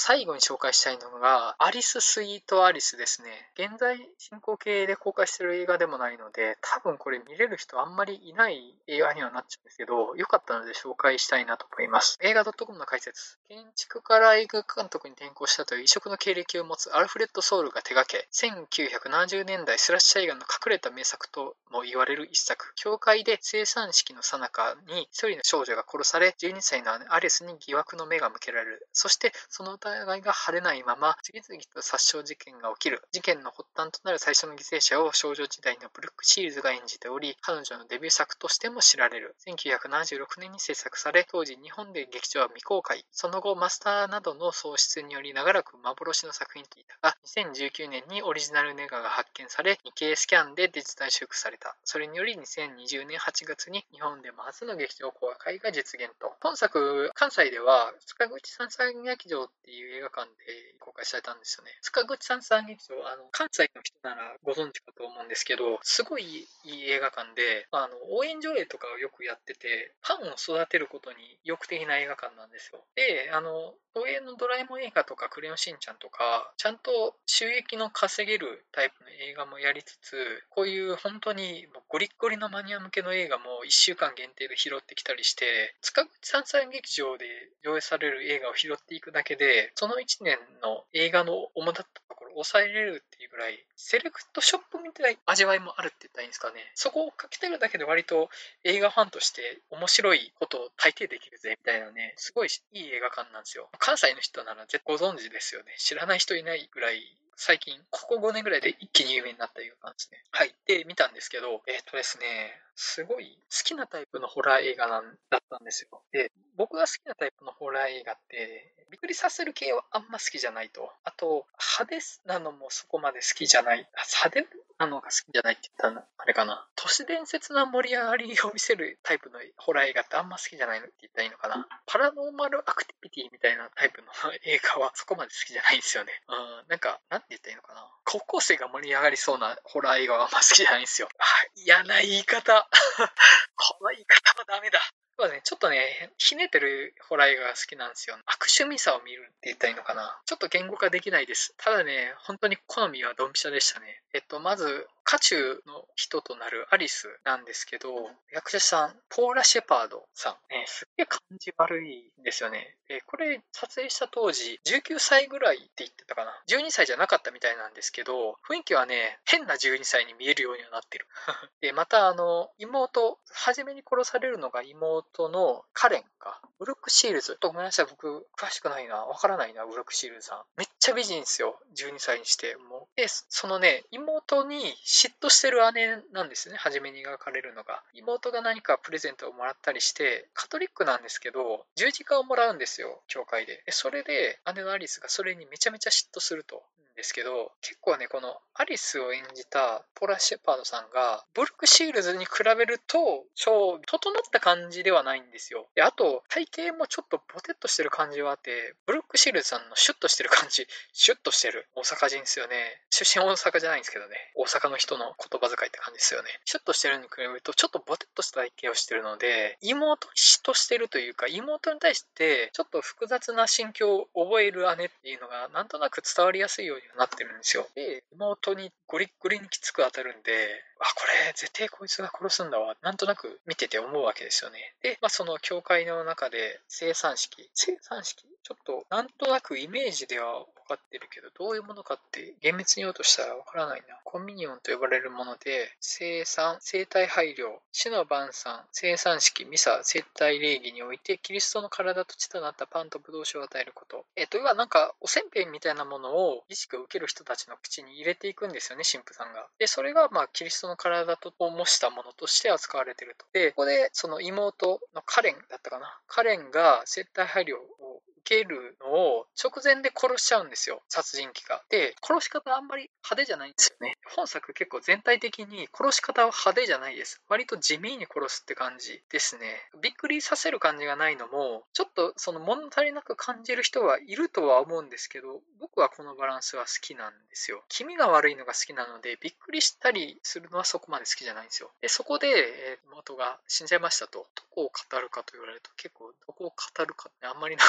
最後に紹介したいのが、アリス・スイート・アリスですね。現在進行形で公開してる映画でもないので、多分これ見れる人あんまりいない映画にはなっちゃうんですけど、よかったので紹介したいなと思います。映画 .com の解説。建築から映画監督に転向したという異色の経歴を持つアルフレッド・ソールが手掛け、1970年代スラッシャー映画の隠れた名作とも言われる一作。教会で生産式の最中に一人の少女が殺され、12歳の姉アリスに疑惑の目が向けられる。そしてその疑いが晴れないまま、次々と殺傷事件が起きる。事件の発端となる最初の犠牲者を少女時代のブルック・シールズが演じており、彼女のデビュー作としても知られる。1976年に制作され、当時日本で劇場は未公開。その後、マスターなどの創出により長らく幻の作品といたが、2019年にオリジナルネガが発見され、2Kスキャンでデジタル修復された。それにより2020年8月に日本でも初の劇場公開が実現と。本作、関西では塚口三三劇場っていう映画館で公開されたんですよね。塚口三三劇場、関西の人ならご存知かと思うんですけど、すごいいい映画館で、応援上映とかをよくやってて、ファンを育てることに意欲的な映画館なんですよ。で、東映のドラえもん映画とかクレヨンしんちゃんとか、ちゃんと収益の稼げるタイプの映画もやりつつ、こういう本当にゴリッゴリのマニア向けの映画も1週間限定で拾ってきたりして、塚口三三劇場で上映される映画を拾っていくだけで、その1年の映画の主だったところを抑えれるっていうぐらい、セレクトショップみたいな味わいもあるって言ったらいいんですかね。そこをかけてるだけで割と映画ファンとして面白いことを大抵できるぜみたいなね、すごいいい映画館なんですよ。関西の人なら絶対ご存知ですよね。知らない人いないぐらい、最近、ここ5年ぐらいで一気に有名になった映画館ですね。はい。で、見たんですけど、ですね、すごい好きなタイプのホラー映画だったんですよ。で、僕が好きなタイプのホラー映画って、びっくりさせる系はあんま好きじゃないと。あと、派手なのもそこまで好きじゃない。派手なのが好きじゃないって言ったら、あれかな。都市伝説な盛り上がりを見せるタイプのホラー映画ってあんま好きじゃないのって言ったらいいのかな。パラノーマルアクティビティみたいなタイプの映画はそこまで好きじゃないんですよね。なんか、なんて言ったらいいのかな。高校生が盛り上がりそうなホラー映画はあんま好きじゃないんですよ。嫌な言い方。この言い方はダメだ。そうだね、ちょっとね、ひねってるホラー映画が好きなんですよ。悪趣味さを見るって言ったらいいのかな。ちょっと言語化できないです。ただね、本当に好みはドンピシャでしたね。まず、渦中の人となるアリスなんですけど、役者さん、ポーラ・シェパードさん、すっげえ感じ悪いんですよね。これ、撮影した当時、19歳ぐらいって言ってたかな。12歳じゃなかったみたいなんですけど、雰囲気はね、変な12歳に見えるようにはなってる。で、また、妹、初めに殺されるのが妹のカレンか。ブルック・シールズ。ごめんなさい、僕、詳しくないな。わからないな、ブルック・シールズさん。めっちゃ美人ですよ。12歳にして。もう。で、そのね、妹に嫉妬してる姉なんですね。初めに描かれるのが。妹が何かプレゼントをもらったりして、カトリックなんですけど、十字架をもらうんですよ。教会で。それで、姉のアリスがそれにめちゃめちゃ嫉妬すると。ですけど、結構ね、このアリスを演じたポラ・シェパードさんが、ブルック・シールズに比べると、整った感じではないんですよ。で、あと、体型もちょっとボテッとしてる感じはあって、ブルック・シールズさんのシュッとしてる感じ、シュッとしてる大阪人ですよね。出身大阪じゃないんですけどね。大阪の人の言葉遣いって感じですよね。シュッとしてるに比べると、ちょっとボテッとした体型をしてるので、妹に嫉妬してるというか、妹に対して、ちょっと複雑な心境を覚える姉っていうのが、なんとなく伝わりやすいようになってるんですよ。で、妹にゴリッゴリにきつく当たるんで、これ絶対こいつが殺すんだわ。なんとなく見てて思うわけですよね。で、その教会の中で生産式ちょっとなんとなくイメージでは分かってるけど、どういうものかって厳密に言おうとしたら分からないな。コミニオンと呼ばれるもので、生体配慮、死の晩餐、生産式、ミサ、生体礼儀において、キリストの体と血となったパンとブドウ酒を与えること。要はなんか、おせんべいみたいなものを儀式を受ける人たちの口に入れていくんですよね、神父さんが。で、それがキリストの体と模したものとして扱われていると。で、ここで、その妹のカレンだったかな。カレンが生体配慮を受けるのを直前で殺しちゃうんですよ。殺人鬼が。で、殺し方あんまり派手じゃないんですよね。本作結構全体的に殺し方は派手じゃないです。割と地味に殺すって感じですね。びっくりさせる感じがないのも、ちょっとその物足りなく感じる人はいるとは思うんですけど、僕はこのバランスは好きなんですよ。気味が悪いのが好きなので、びっくりしたりするのはそこまで好きじゃないんですよ。で、そこで、妹が死んじゃいましたと。どこを語るかと言われると結構どこを語るかってあんまりな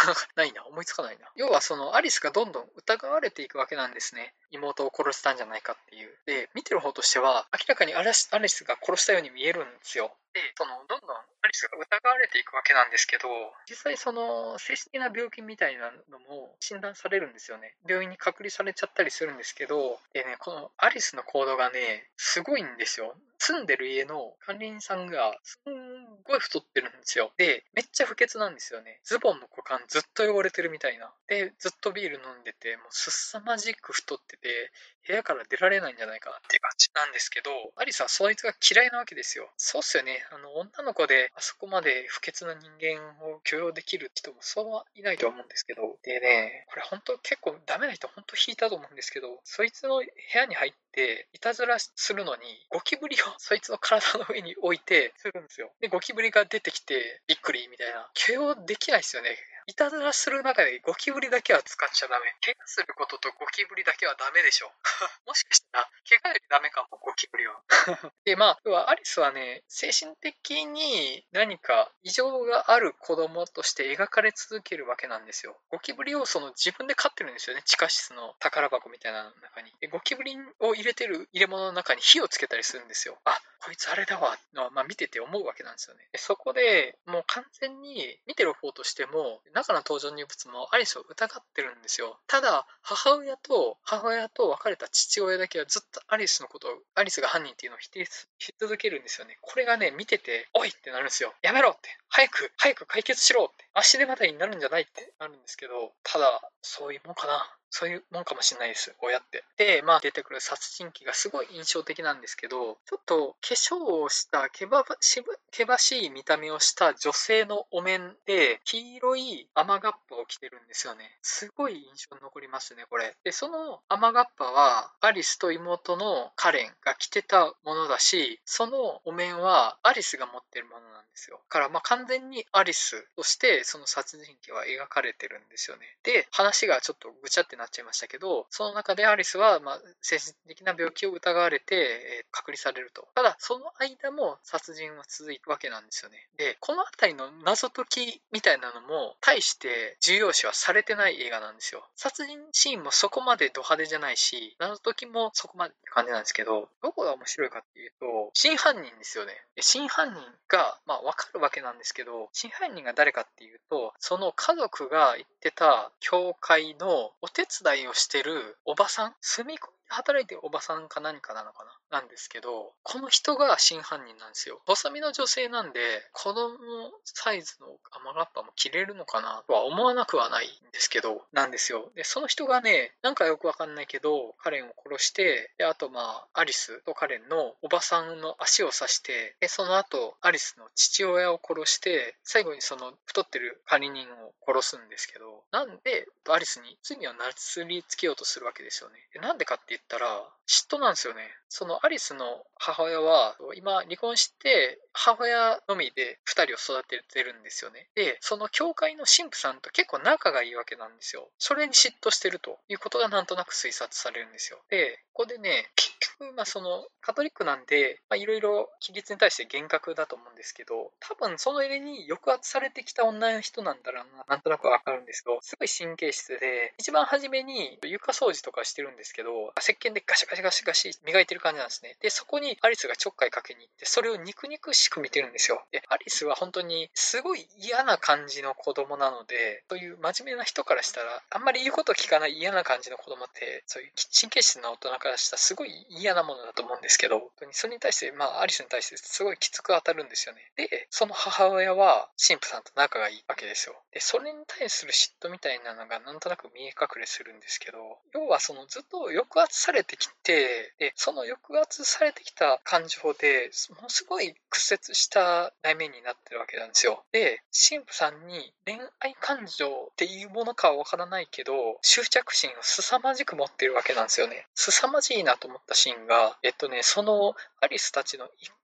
ないな、思いつかないな。要はそのアリスがどんどん疑われていくわけなんですね。妹を殺したんじゃないかっていう。で、見てる方としては、明らかにアリスが殺したように見えるんですよ。で、どんどんアリスが疑われていくわけなんですけど、実際その精神的な病気みたいなのも診断されるんですよね。病院に隔離されちゃったりするんですけど、でね、このアリスの行動がね、すごいんですよ。住んでる家の管理人さんがすんごい太ってるんですよ。で、めっちゃ不潔なんですよね。ズボンの股間ずっと汚れてるみたいな。で、ずっとビール飲んでて、もう凄まじく太ってて、部屋から出られないんじゃないかなっていう感じなんですけど、アリスはそいつが嫌いなわけですよ。そうっすよね。女の子であそこまで不潔な人間を許容できる人もそうはいないと思うんですけど、でね、これ本当結構ダメな人本当引いたと思うんですけど、そいつの部屋に入っていたずらするのにゴキブリをそいつの体の上に置いてするんですよ。で、ゴキブリが出てきてびっくりみたいな。許容できないですよね。いたずらする中でゴキブリだけは使っちゃダメ。怪我することとゴキブリだけはダメでしょ。もしかしたら、怪我よりダメかも、ゴキブリは。で、まあ、要はアリスはね、精神的に何か異常がある子供として描かれ続けるわけなんですよ。ゴキブリをその自分で飼ってるんですよね。地下室の宝箱みたいなの中に。でゴキブリを入れてる入れ物の中に火をつけたりするんですよ。あ、こいつあれだわ、のまあ見てて思うわけなんですよね。でそこでもう完全に見てる方としても、中の登場人物もアリスを疑ってるんですよ。ただ、母親と別れた父親だけはずっとアリスが犯人っていうのを否定し続けるんですよね。これがね、見てて、おいってなるんですよ。やめろって。早く解決しろって。足手まといになるんじゃないってなるんですけど、ただ、そういうもんかな。そういうもんかもしれないです、親って。で、まあ出てくる殺人鬼がすごい印象的なんですけど、ちょっと化粧をした険しい見た目をした女性のお面で、黄色い雨がっぱを着てるんですよね。すごい印象に残りますね、これ。で、その雨がっぱは、アリスと妹のカレンが着てたものだし、そのお面はアリスが持ってるものなんですよ。だから、まあ完全にアリスとしてその殺人鬼は描かれてるんですよね。で、話がちょっとぐちゃってなっちゃいましたけど、その中でアリスは、まあ、精神的な病気を疑われて、隔離されると。ただ、その間も殺人は続いくわけなんですよね。で、このあたりの謎解きみたいなのも、大して重要視はされてない映画なんですよ。殺人シーンもそこまでド派手じゃないし、謎解きもそこまでって感じなんですけど、どこが面白いかっていうと、真犯人ですよね。で真犯人が、まあ、わかるわけなんですけど、真犯人が誰かっていうと、その家族が行ってた教会のお手伝いをしてるおばさん、住み込みで働いてるおばさんか何かなのかななんですけど、この人が真犯人なんですよ。細身の女性なんで、子供サイズの雨がっぱも着れるのかなとは思わなくはないんですけど、なんですよ。で、その人がね、なんかよくわかんないけど、カレンを殺して、で、あとまあ、アリスとカレンのおばさんの足を刺して、で、その後、アリスの父親を殺して、最後にその太ってる管理人を殺すんですけど、なんでアリスに罪をなすりつけようとするわけですよね。でなんでかって言ったら、嫉妬なんですよね。そのアリスの母親は、今離婚して、母親のみで2人を育ててるんですよね。で、その教会の神父さんと結構仲がいいわけなんですよ。それに嫉妬してるということがなんとなく推察されるんですよ。で、ここでね、結局、まあそのカトリックなんで、まあいろいろ規律に対して厳格だと思うんですけど、多分その絵に抑圧されてきた女の人なんだろうな、なんとなくわかるんですけど、すごい神経質で、一番初めに床掃除とかしてるんですけど、石鹸でガシャガシャガシャガシ磨いてる感じなんですね。で、そこにアリスがちょっかいかけに行って、それを肉々しく見てるんですよ。で、アリスは本当にすごい嫌な感じの子供なので、そういう真面目な人からしたら、あんまり言うこと聞かない嫌な感じの子供って、そういう神経質な大人からしたらすごい嫌なものだと思うんですけど、本当にそれに対して、まあ、アリスに対してすごいきつく当たるんですよね。で、その母親は神父さんと仲がいいわけですよ。で、それに対する嫉妬みたいなのがなんとなく見え隠れするんですけど、要はそのずっと抑圧されてきて、で、その抑圧されてきた感情で、ものすごい屈折した内面になってるわけなんですよ。で、神父さんに恋愛感情っていうものかはわからないけど、執着心を凄まじく持ってるわけなんですよね。凄まじいなと思ったシーンが、そのアリスたちの一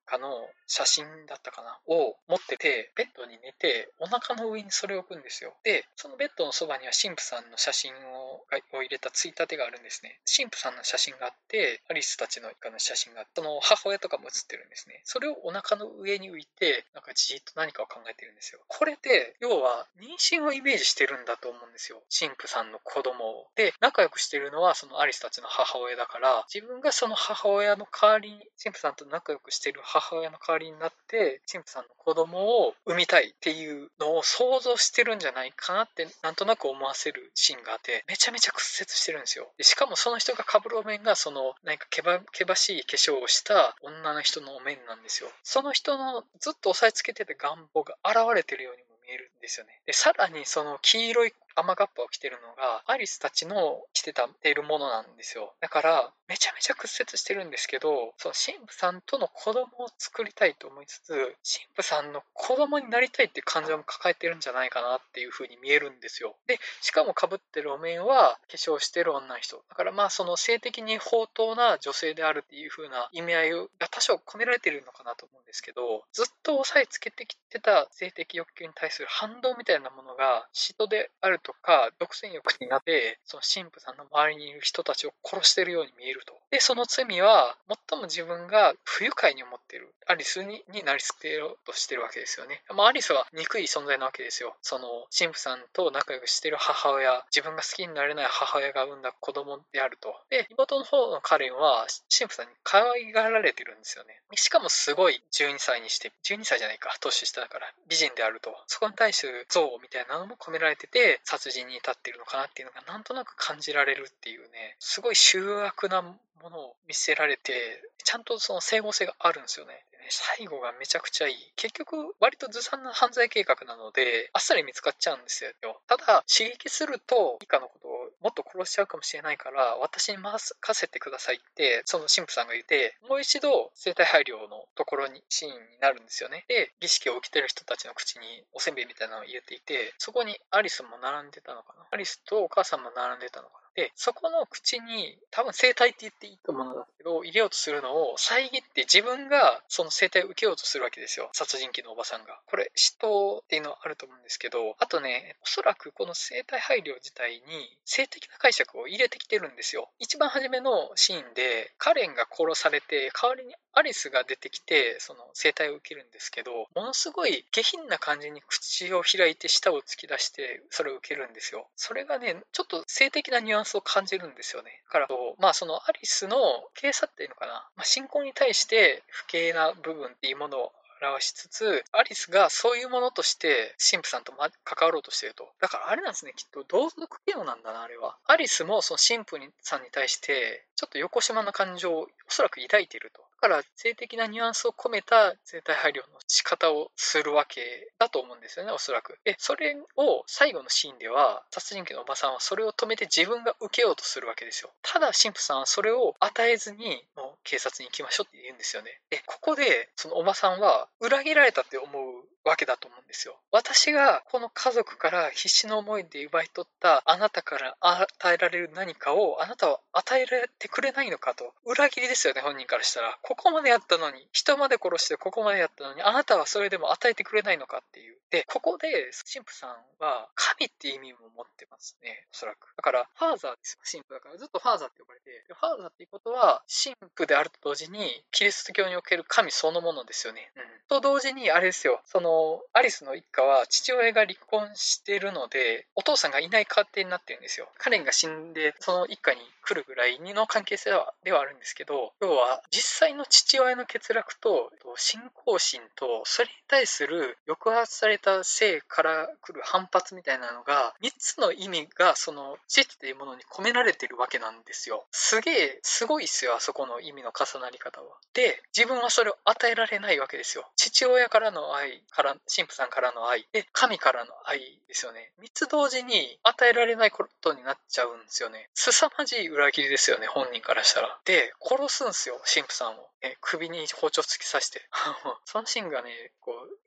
かの写真だったかなを持ってて、ベッドに寝て、お腹の上にそれを置くんですよ。で、そのベッドのそばには神父さんの写真を入れたついたてがあるんですね。神父さんの写真があって、アリスたちの一家の写真があって、その母親とかも写ってるんですね。それをお腹の上に浮いて、なんかじーっと何かを考えてるんですよ。これで、要は妊娠をイメージしてるんだと思うんですよ。神父さんの子供を。で、仲良くしてるのはそのアリスたちの母親だから、自分がその母親の代わりに、神父さんと仲良くしてる母親の代わりになって、神父さんの子供を産みたいっていうのを想像してるんじゃないかなって、なんとなく思わせるシーンがあって、めちゃめちゃ屈折してるんですよ。でしかもその人が被るお面が、その、なんか険しい化粧をした女の人のお面なんですよ。その人のずっと押さえつけてた願望が現れてるようにも見えるんですよね。で、さらにその黄色い雨がっぱを着てるのがアリスたちの着ているものなんですよ。だからめちゃめちゃ屈折してるんですけど、その神父さんとの子供を作りたいと思いつつ、神父さんの子供になりたいっていう感情も抱えてるんじゃないかなっていう風に見えるんですよ。で、しかも被ってるお面は化粧してる女の人。だからまあその性的に放蕩な女性であるっていう風な意味合いが多少込められてるのかなと思うんですけど、ずっと押さえつけてきてた性的欲求に対する反動みたいなものが嫉妬であるとか独占欲になって、その神父さんの周りにいる人たちを殺してるように見えると。で、その罪は最も自分が不愉快に思っているアリスになりつけようとしてるわけですよね。まあアリスは憎い存在なわけですよ。その神父さんと仲良くしてる母親、自分が好きになれない母親が産んだ子供であると。で、妹の方のカレンは神父さんに可愛がられてるんですよね。しかもすごい12歳にして、12歳じゃないか、年下だから美人であると。そこに対する憎悪みたいなのも込められてて、殺人に至っているのかなっていうのがなんとなく感じられるっていうね、すごい醜悪なものを見せられて、ちゃんとその整合性があるんですよね。最後がめちゃくちゃいい。結局、割とずさんな犯罪計画なので、あっさり見つかっちゃうんですよ。ただ、刺激すると、以下のことをもっと殺しちゃうかもしれないから、私に任せてくださいって、その神父さんが言って、もう一度、生体配慮のところに、シーンになるんですよね。で、儀式を受けてる人たちの口におせんべいみたいなのを入れていて、そこにアリスも並んでたのかな。アリスとお母さんも並んでたのかな。で、そこの口に、多分生体って言っていいと思うんだけど、入れようとするのを遮って自分がその生体を受けようとするわけですよ。殺人鬼のおばさんが。これ、嫉妬っていうのはあると思うんですけど、あとね、おそらくこの生体配慮自体に性的な解釈を入れてきてるんですよ。一番初めのシーンで、カレンが殺されて、代わりにアリスが出てきて、その生体を受けるんですけど、ものすごい下品な感じに口を開いて舌を突き出して、それを受けるんですよ。それがね、ちょっと性的なニュアンスを感じるんですよね。だから、まあそのアリスの警察っていうのかな、まあ、信仰に対して不敬な部分っていうものを表しつつ、アリスがそういうものとして神父さんと関わろうとしていると。だからあれなんですね、きっと同族嫌悪なんだな、あれは。アリスもその神父さんに対してちょっと横島な感情をおそらく抱いていると。だから性的なニュアンスを込めた生体配慮の仕方をするわけだと思うんですよね、おそらく。で、それを最後のシーンでは、殺人鬼のおばさんはそれを止めて自分が受けようとするわけですよ。ただ神父さんはそれを与えずに、もう警察に行きましょうって言うんですよね。で、ここでそのおばさんは裏切られたって思うわけだと思うんですよ。私がこの家族から必死の思いで奪い取ったあなたから与えられる何かをあなたは与えられてくれないのかと。裏切りですよね、本人からしたら。ここまでやったのに、人まで殺してここまでやったのに、あなたはそれでも与えてくれないのかっていう。で、ここで神父さんは神っていう意味も持ってますね、おそらく。だから、ファーザーですよ、神父だから。ずっとファーザーって呼ばれて、ファーザーっていうことは、神父であると同時に、キリスト教における神そのものですよね。と同時に、あれですよ、その、アリスの一家は父親が離婚しているので、お父さんがいない家庭になってるんですよ。カレンが死んで、その一家に来るぐらいの関係性ではあるんですけど、要は、実際の父親の欠落と、信仰心と、それに対する抑圧された性から来る反発みたいなのが、3つの意味が、その、父っていうものに込められてるわけなんですよ。すごいっすよ、あそこの意味の重なり方は。で、自分はそれを与えられないわけですよ。父親からの愛、神父さんからの愛、で、神からの愛ですよね。3つ同時に与えられないことになっちゃうんですよね。凄まじい裏切りですよね、本人からしたら。で、殺すんですよ、神父さんを。首に包丁突き刺して。そのシーンがね、こう、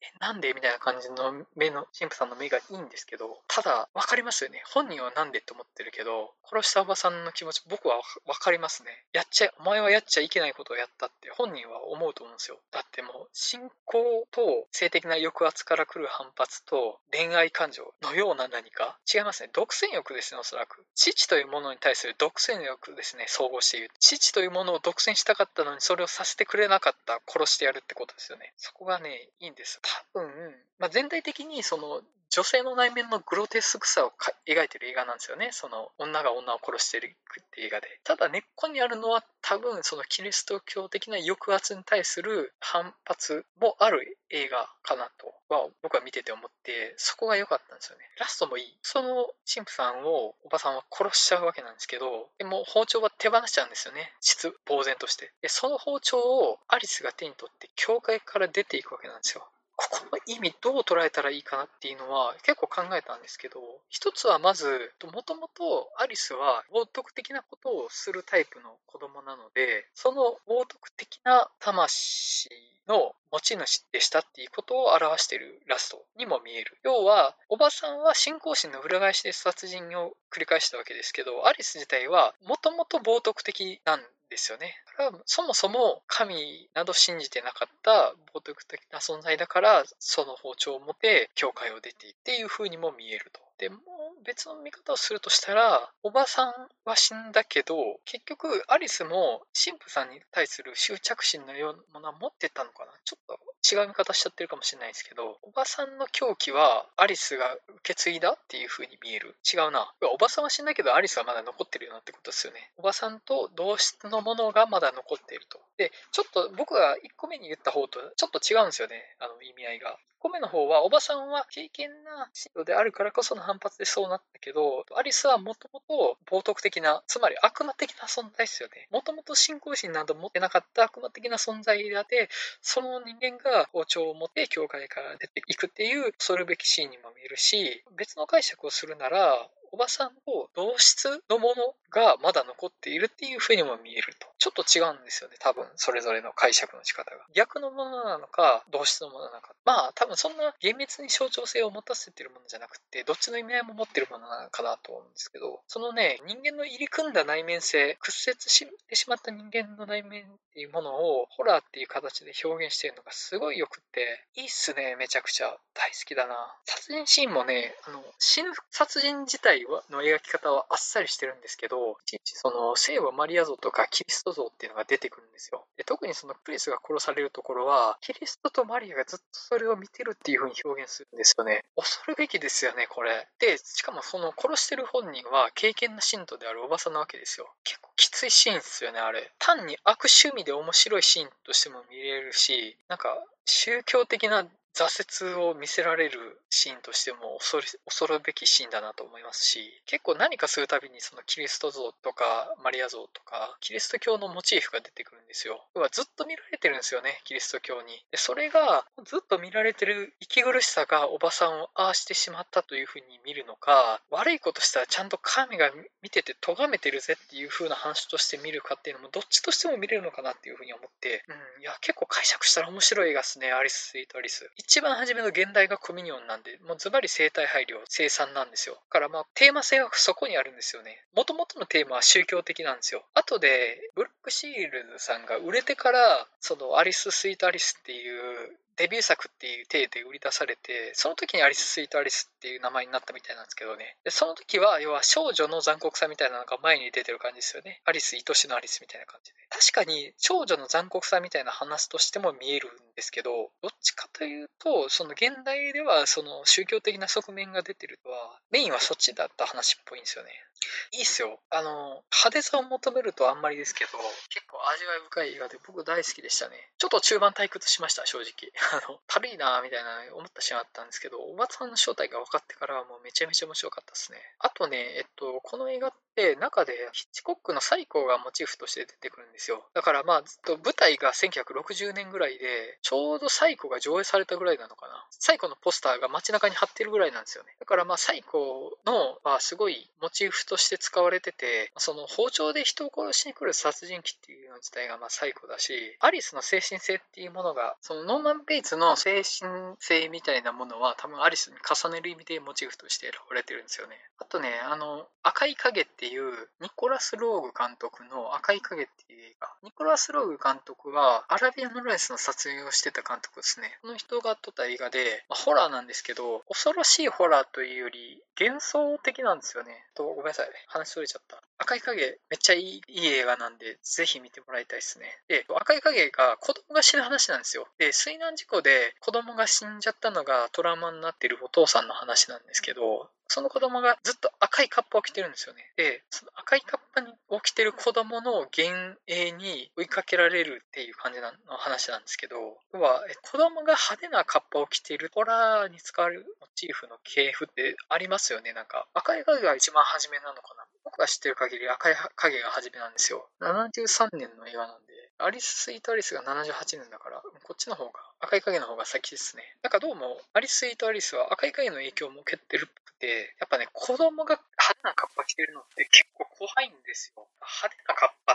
なんでみたいな感じの目の、神父さんの目がいいんですけど、ただ、わかりますよね。本人はなんでって思ってるけど、殺したおばさんの気持ち、僕はわかりますね。お前はやっちゃいけないことをやったって本人は思うと思うんですよ。だってもう、信仰と性的な抑圧から来る反発と恋愛感情のような何か、違いますね。独占欲ですね、おそらく。父というものに対する独占欲ですね、総合して言う。父というものを独占したかったのに、それをさせてくれなかった、殺してやるってことですよね。そこがね、いいんです。多分、全体的にその、女性の内面のグロテスクさを描いてる映画なんですよね。その女が女を殺していくっていう映画で。ただ根っこにあるのは多分そのキリスト教的な抑圧に対する反発もある映画かなとは僕は見てて思って、そこが良かったんですよね。ラストもいい。その神父さんをおばさんは殺しちゃうわけなんですけど、でも包丁は手放しちゃうんですよね。呆然として。で、その包丁をアリスが手に取って教会から出ていくわけなんですよ。ここの意味どう捉えたらいいかなっていうのは結構考えたんですけど、一つはまず、もともとアリスは冒涜的なことをするタイプの子供なので、その冒涜的な魂の持ち主でしたっていうことを表しているラストにも見える。要は、おばさんは信仰心の裏返しで殺人を繰り返したわけですけど、アリス自体はもともと冒涜的なんですよね。だからそもそも神など信じてなかった冒涜的な存在だから、その包丁を持って教会を出ていっていう風にも見えると。でも別の見方をするとしたら、おばさんは死んだけど、結局アリスも神父さんに対する執着心のようなものは持ってたのかな。ちょっと違う見方しちゃってるかもしれないですけど、おばさんの狂気はアリスが受け継いだっていう風に見える。違うな。おばさんは死んだけどアリスはまだ残ってるよなってことですよね。おばさんと同質のものがまだ残っていると。で、ちょっと僕が1個目に言った方とちょっと違うんですよね。意味合いが。1個目の方は、おばさんは敬虔な信徒であるからこその反発でそうなったけど、アリスはもともと冒涜的な、つまり悪魔的な存在ですよね。もともと信仰心など持ってなかった悪魔的な存在であって、その人間が包丁を持って教会から出ていくっていう恐るべきシーンにも見えるし、別の解釈をするなら、おばさんと同質のものがまだ残っているっていう風にも見えると。ちょっと違うんですよね。多分、それぞれの解釈の仕方が。逆のものなのか、同質のものなのか。多分そんな厳密に象徴性を持たせてるものじゃなくて、どっちの意味合いも持ってるものなのかなと思うんですけど、そのね、人間の入り組んだ内面性、屈折してしまった人間の内面っていうものを、ホラーっていう形で表現してるのがすごい良くって、いいっすね、めちゃくちゃ。大好きだな。殺人シーンもね、死ぬ殺人自体の描き方はあっさりしてるんですけど、いちいちその聖母マリア像とかキリスト像っていうのが出てくるんですよ。で、特にそのクリスが殺されるところは、キリストとマリアがずっとそれを見てるっていう風に表現するんですよね。恐るべきですよね、これ。で、しかもその殺してる本人は敬虔な信徒であるおばさんなわけですよ。結構きついシーンですよね、あれ。単に悪趣味で面白いシーンとしても見れるし、なんか宗教的な挫折を見せられるシーンとしても恐るべきシーンだなと思いますし、結構何かするたびにそのキリスト像とかマリア像とかキリスト教のモチーフが出てくるんですよ。要はずっと見られてるんですよね、キリスト教に。で、それがずっと見られてる息苦しさがおばさんをああしてしまったというふうに見るのか、悪いことしたらちゃんと神が見てて咎めてるぜっていう風な話として見るかっていうのもどっちとしても見れるのかなっていうふうに思って、いや結構解釈したら面白い映画ですね、アリス・スイート・アリス。一番初めの現代がコミニオンなんで、もうズバリ生態配慮、生産なんですよ。だからテーマ性はそこにあるんですよね。元々のテーマは宗教的なんですよ。後で、ブラックシールズさんが売れてから、そのアリス・スイート・アリスっていうデビュー作っていう体で売り出されて、その時にアリス・スイート・アリスっていう名前になったみたいなんですけどね。で、その時は、要は少女の残酷さみたいなのが前に出てる感じですよね。アリス、愛しのアリスみたいな感じで。確かに少女の残酷さみたいな話としても見えるんですけど、どっちかというと、その現代ではその宗教的な側面が出てるとは、メインはそっちだった話っぽいんですよね。いいっすよ。派手さを求めるとあんまりですけど、結構味わい深い映画で僕大好きでしたね。ちょっと中盤退屈しました、正直。軽いなーみたいな思ったシーンあったんですけど、おばさんの正体が分かってからはもうめちゃめちゃ面白かったですね。あとね、この映画って中でヒッチコックのサイコがモチーフとして出てくるんですよ。だからずっと舞台が1960年ぐらいで、ちょうどサイコが上映されたぐらいなのかな。サイコのポスターが街中に貼ってるぐらいなんですよね。だからサイコの、すごいモチーフとして使われてて、その包丁で人を殺しに来る殺人鬼っていうの自体がサイコだし、アリスの精神性っていうものが、そのノーマン・レイズの精神性みたいなものは多分アリスに重ねる意味でモチーフとして選ばれてるんですよね。あとね、赤い影っていうニコラス・ローグ監督の赤い影っていう映画。ニコラス・ローグ監督はアラビアン・ライスの撮影をしてた監督ですね。この人が撮った映画で、ホラーなんですけど、恐ろしいホラーというより幻想的なんですよね。ごめんなさい。話それちゃった。赤い影めっちゃいい映画なんで、ぜひ見てもらいたいですね。で、赤い影が子供が死ぬ話なんですよ。で、水難事故で子供が死んじゃったのがトラウマになっているお父さんの話なんですけど、その子供がずっと赤いカッパを着てるんですよね。で、その赤いカッパを着てる子供の幻影に追いかけられるっていう感じの話なんですけど、要は子供が派手なカッパを着ているホラーに使われるモチーフの系譜ってありますよね。なんか赤い影が一番初めなのかな。僕が知ってる限り赤い影が初めなんですよ。73年の映画なんで、アリス・スイート・アリスが78年だから、こっちの方が、赤い影の方が先ですね。なんかどうも、アリス・スイート・アリスは赤い影の影響も受けてるっぽくて、やっぱね、子供が派手なカッパ着てるのって結構怖いんですよ。派手なカッパって、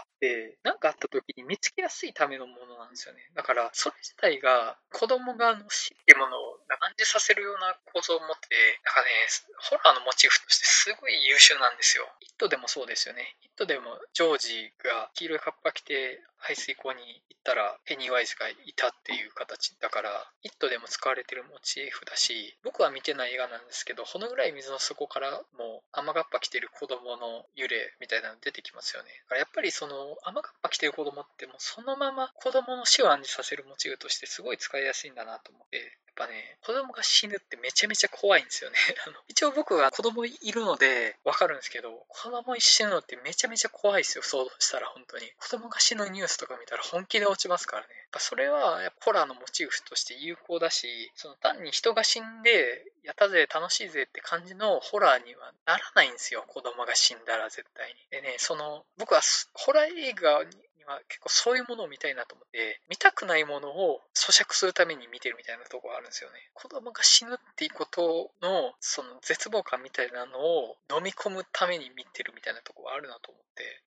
何かあった時に見つけやすいためのものなんですよね。だから、それ自体が子供が死っていうものを感じさせるような構造を持ってて、なんかね、ホラーのモチーフとしてすごい優秀なんですよ。イットでもそうですよね。イットでもジョージが黄色いカッパ着て排水溝に行ったらペニーワイズがいたっていう形だから、イットでも使われてるモチーフだし、僕は見てない映画なんですけど、ほの暗い水の底からも雨がっぱ着てる子供の幽霊みたいなの出てきますよね。だからやっぱりその雨がっぱ着てる子供ってもうそのまま子供の死を暗示させるモチーフとしてすごい使いやすいんだなと思って、やっぱね、子供が死ぬってめちゃめちゃ怖いんですよね。一応僕は子供いるのでわかるんですけど、子供死ぬのってめちゃめちゃ怖いですよ、想像したら本当に。子供が死ぬニュースとか見たら本気で落ちますからね。やっぱそれはやっぱホラーのモチーフとして有効だし、その単に人が死んで、やったぜ、楽しいぜって感じのホラーにはならないんですよ、子供が死んだら絶対に。でね、僕はホラー映画には結構そういうものを見たいなと思って、見たくないものを咀嚼するために見てるみたいなところがあるんですよね。子供が死ぬっていうことの、その絶望感みたいなのを飲み込むために見てるみたいなところがあるなと思って。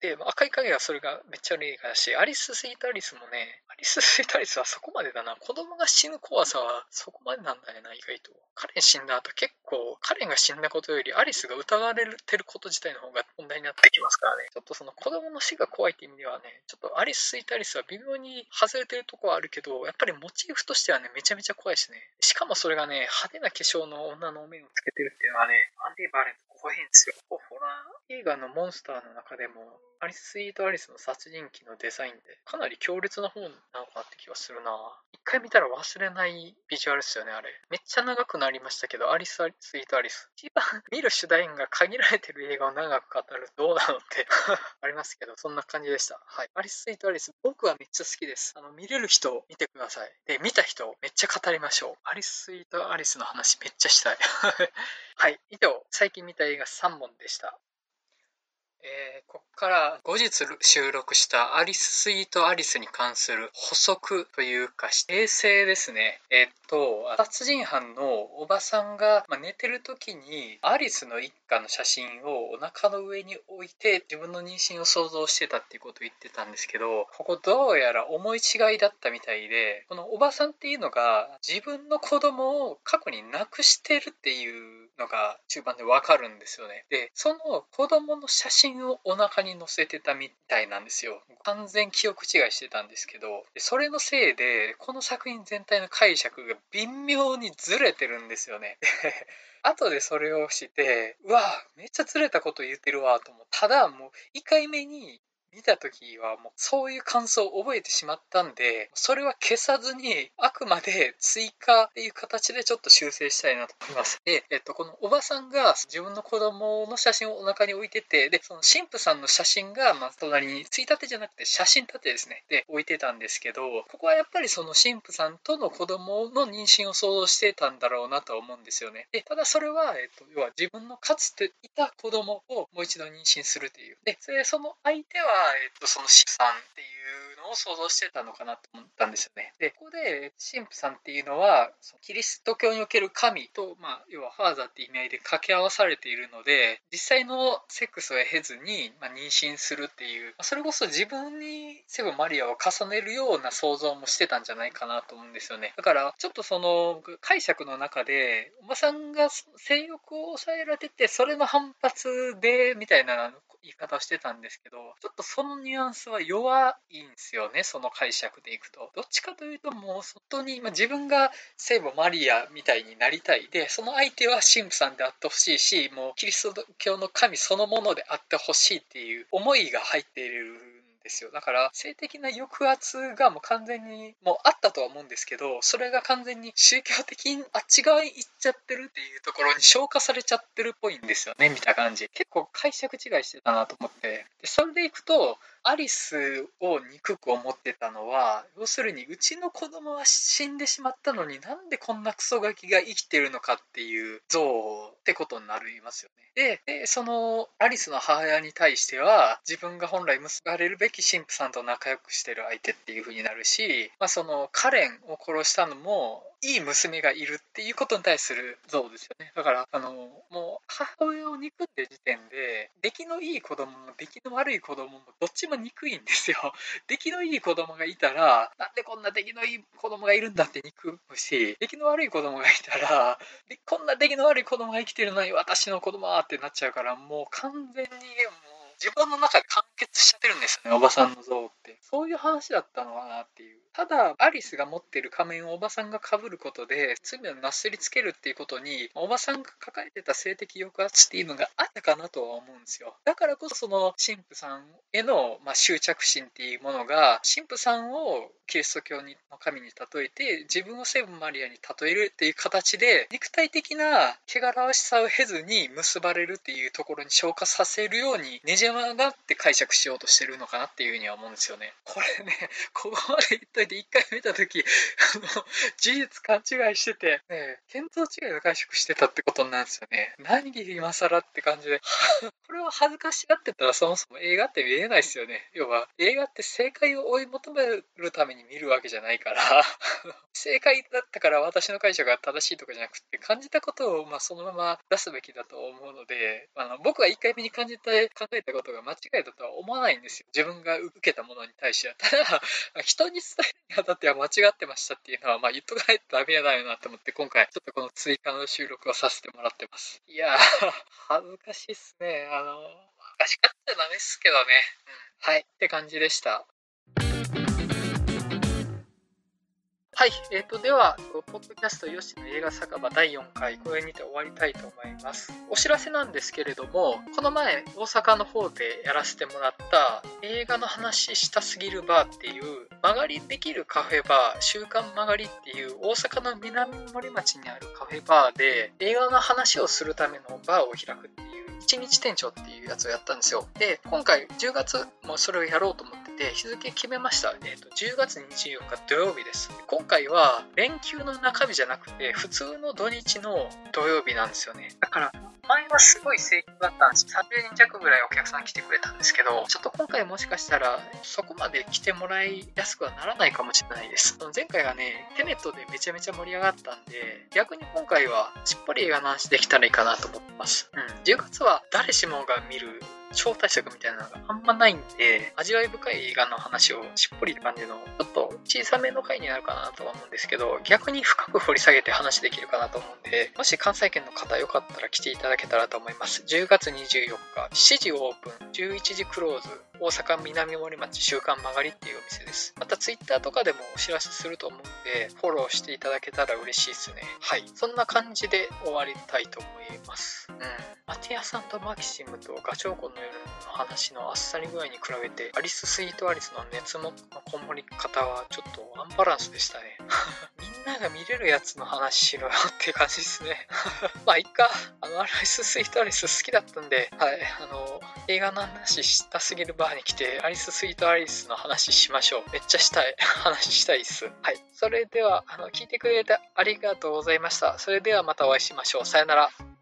で、赤い影はそれがめっちゃいい映画だし、アリス・スイート・アリスもね、アリス・スイート・アリスはそこまでだな。子供が死ぬ怖さはそこまでなんだよな、意外と。カレン死んだ後結構、カレンが死んだことよりアリスが疑われてること自体の方が問題になってきますからね。ちょっとその子供の死が怖いっていう意味ではね、ちょっとアリス・スイート・アリスは微妙に外れてるとこはあるけど、やっぱりモチーフとしてはね、めちゃめちゃ怖いしね。しかもそれがね、派手な化粧の女のお面をつけてるっていうのはね、アンディ・バーレント怖いんですよ。ホラー映画のモンスターの中でも、アリス・スイート・アリスの殺人鬼のデザインで、かなり強烈な方なのかなって気がするな。一回見たら忘れないビジュアルですよね、あれ。めっちゃ長くなりましたけど、アリス・スイート・アリス。一番見る主題員が限られてる映画を長く語るどうなのってありますけど、そんな感じでした。はい。アリス・スイート・アリス、僕はめっちゃ好きです。見れる人、見てください。で、見た人、めっちゃ語りましょう。アリス・スイート・アリスの話めっちゃしたい。はい。以上、最近見た映画3本でした。ここから後日収録したアリス・スイート・アリスに関する補足というか訂正ですね。殺人犯のおばさんが、寝てる時にアリスの一家の写真をお腹の上に置いて自分の妊娠を想像してたっていうことを言ってたんですけど、ここどうやら思い違いだったみたいで、このおばさんっていうのが自分の子供を過去に亡くしてるっていうのが中盤でわかるんですよね。で、その子供の写真をお腹に載せてたみたいなんですよ。完全記憶違いしてたんですけど、それのせいでこの作品全体の解釈が微妙にずれてるんですよね。後でそれをして、うわ、めっちゃずれたこと言ってるわと思う。ただもう1回目に見た時はもうそういう感想を覚えてしまったんで、それは消さずにあくまで追加っていう形でちょっと修正したいなと思います。で、このおばさんが自分の子供の写真をお腹に置いてて、で、その神父さんの写真が隣についたてじゃなくて写真立てですね。で、置いてたんですけど、ここはやっぱりその神父さんとの子供の妊娠を想像してたんだろうなとは思うんですよね。で、ただそれは、要は自分のかつていた子供をもう一度妊娠するという。で、その相手はその神父さんっていうのを想像してたのかなと思ったんですよね。で、ここで神父さんっていうのはそのキリスト教における神と、要はファーザーって意味合いで掛け合わされているので、実際のセックスを経ずに、妊娠するっていう、それこそ自分に聖母マリアを重ねるような想像もしてたんじゃないかなと思うんですよね。だからちょっとその解釈の中でおばさんが性欲を抑えられてそれの反発でみたいな言い方をしてたんですけど、ちょっとそのニュアンスは弱いんですよね、その解釈でいくと。どっちかというともう本当に、自分が聖母マリアみたいになりたいで、その相手は神父さんであってほしいし、もうキリスト教の神そのものであってほしいっていう思いが入っているですよ。だから性的な抑圧がもう完全にもうあったとは思うんですけど、それが完全に宗教的にあっち側に行っちゃってるっていうところに消化されちゃってるっぽいんですよね、見た感じ。結構解釈違いしてたなと思って、でそれでいくとアリスを憎く思ってたのは、要するにうちの子供は死んでしまったのになんでこんなクソガキが生きてるのかっていう像ってことになりますよね。でそのアリスの母親に対しては自分が本来結ばれるべき神父さんと仲良くしてる相手っていう風になるし、そのカレンを殺したのもいい娘がいるっていうことに対する像ですよね。だからもう母親を憎んでる時点で出来のいい子供も出来の悪い子供もどっちも憎いんですよ。出来のいい子供がいたらなんでこんな出来のいい子供がいるんだって憎むし、出来の悪い子供がいたらこんな出来の悪い子供が生きてるのに私の子供はってなっちゃうから、もう完全にもう自分の中で完結しちゃってるんですよね、おばさんの像って。そういう話だったのかなっていう。ただアリスが持っている仮面をおばさんが被ることで罪をなすりつけるっていうことに、おばさんが抱えてた性的抑圧っていうのがあったかなとは思うんですよ。だからこそその神父さんへの、執着心っていうものが、神父さんをキリスト教の神に例えて自分を聖母マリアに例えるっていう形で、肉体的な汚らわしさを経ずに結ばれるっていうところに昇華させるようにねじ曲がって解釈しようとしてるのかなっていうふうには思うんですよね。これね、ここまで言っといて1回見た時事実勘違いしてて、見当違いの解釈してたってことなんですよね。何今更って感じでこれを恥ずかしがってたらそもそも映画って見えないですよね。要は映画って正解を追い求めるために見るわけじゃないから正解だったから私の解釈が正しいとかじゃなくて、感じたことをそのまま出すべきだと思うので、僕が1回目に考えたことが間違いだとは思わないんですよ。自分が受けたものに対しては。ただ人に伝えるにあたっては間違ってましたっていうのは言っとかないとダメだよなと思って、今回ちょっとこの追加の収録をさせてもらってます。いやー恥ずかしいっすね。恥ずかしかったらダメっすけどね。はいって感じでした。はい、では、ポッドキャストよしの映画酒場第4回、これにて終わりたいと思います。お知らせなんですけれども、この前、大阪の方でやらせてもらった映画の話したすぎるバーっていう、間借りできるカフェバー、週刊間借りっていう大阪の南森町にあるカフェバーで、映画の話をするためのバーを開くっていう、一日店長っていうやつをやったんですよ。で、今回10月もそれをやろうと思ってて、日付決めました。10月24日土曜日です。今回は連休の中日じゃなくて普通の土日の土曜日なんですよね。だから前はすごい盛況だったんです。30人弱ぐらいお客さん来てくれたんですけど、ちょっと今回もしかしたらそこまで来てもらいやすくはならないかもしれないです。前回がね、テネットでめちゃめちゃ盛り上がったんで、逆に今回はしっぽり映画の話できたらいいかなと思ってます。10月は誰しもが見る超大作みたいなのがあんまないんで、味わい深い映画の話をしっぽりって感じのちょっと小さめの回になるかなとは思うんですけど、逆に深く掘り下げて話できるかなと思うんで、もし関西圏の方よかったら来ていただけたらと思います。10月24日7時オープン、11時クローズ、大阪南森町週刊曲がりっていうお店です。またツイッターとかでもお知らせすると思うんで、フォローしていただけたら嬉しいですね。はい、そんな感じで終わりたいと思います。マティアさんとマキシムとガチョウコの夜の話のあっさり具合に比べて、アリススイートアリスの熱のこもり方はちょっとアンバランスでしたね。みんなが見れるやつの話しろよっていう感じですね。いっか。アリススイートアリス好きだったんで、はい、映画の話したすぎるバーに来て、アリススイートアリスの話しましょう。めっちゃしたい。話したいっす。はい。それでは、聞いてくれてありがとうございました。それではまたお会いしましょう。さよなら。